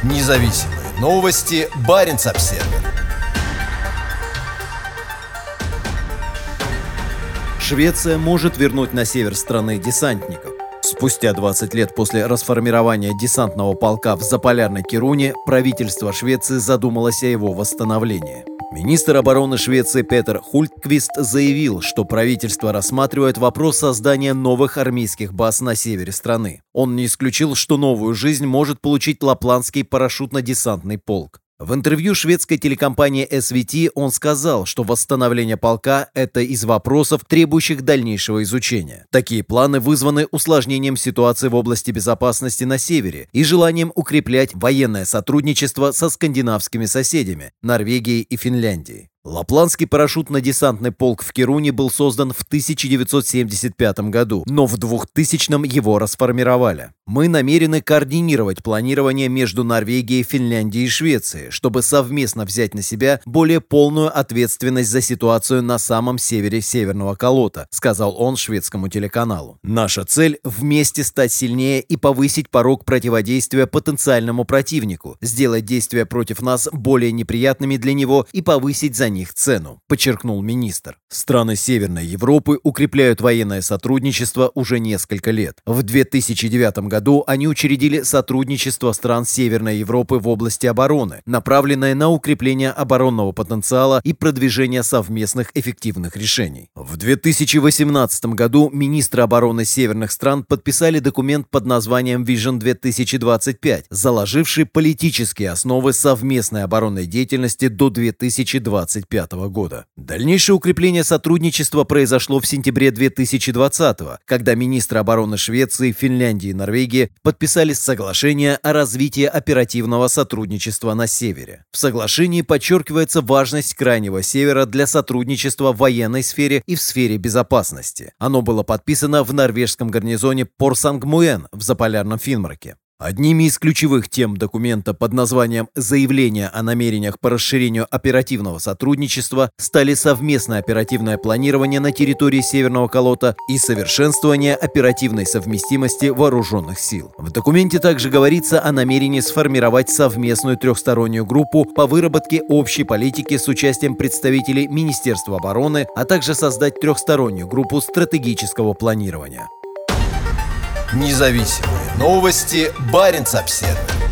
Независимые новости. Баренц-Обсервер. Швеция может вернуть на север страны десантников. Спустя 20 лет после расформирования десантного полка в заполярной Кируне правительство Швеции задумалось о его восстановлении. Министр обороны Швеции Петер Хультквист заявил, что правительство рассматривает вопрос создания новых армейских баз на севере страны. Он не исключил, что новую жизнь может получить Лапландский парашютно-десантный полк. В интервью шведской телекомпании SVT он сказал, что восстановление полка – это из вопросов, требующих дальнейшего изучения. Такие планы вызваны усложнением ситуации в области безопасности на севере и желанием укреплять военное сотрудничество со скандинавскими соседями – Норвегией и Финляндией. Лапландский парашютно-десантный полк в Кируне был создан в 1975 году, но в 2000-м его расформировали. Мы намерены координировать планирование между Норвегией, Финляндией и Швецией, чтобы совместно взять на себя более полную ответственность за ситуацию на самом севере Северного Колота, сказал он шведскому телеканалу. Наша цель – вместе стать сильнее и повысить порог противодействия потенциальному противнику, сделать действия против нас более неприятными для него и повысить за них цену, подчеркнул министр. Страны Северной Европы укрепляют военное сотрудничество уже несколько лет. В 2009 году они учредили сотрудничество стран Северной Европы в области обороны, направленное на укрепление оборонного потенциала и продвижение совместных эффективных решений. В 2018 году министры обороны северных стран подписали документ под названием Vision 2025, заложивший политические основы совместной оборонной деятельности до 2025 года. Дальнейшее укрепление сотрудничества произошло в сентябре 2020 когда министры обороны Швеции, Финляндии и Норвегии подписали соглашение о развитии оперативного сотрудничества на севере. В соглашении подчеркивается важность Крайнего Севера для сотрудничества в военной сфере и в сфере безопасности. Оно было подписано в норвежском гарнизоне Порсангмуэн в заполярном Финмарке. Одними из ключевых тем документа под названием «Заявление о намерениях по расширению оперативного сотрудничества» стали совместное оперативное планирование на территории Северного Колота и совершенствование оперативной совместимости вооруженных сил. В документе также говорится о намерении сформировать совместную трехстороннюю группу по выработке общей политики с участием представителей Министерства обороны, а также создать трехстороннюю группу стратегического планирования. Независимые новости. Баренц-Обсервер.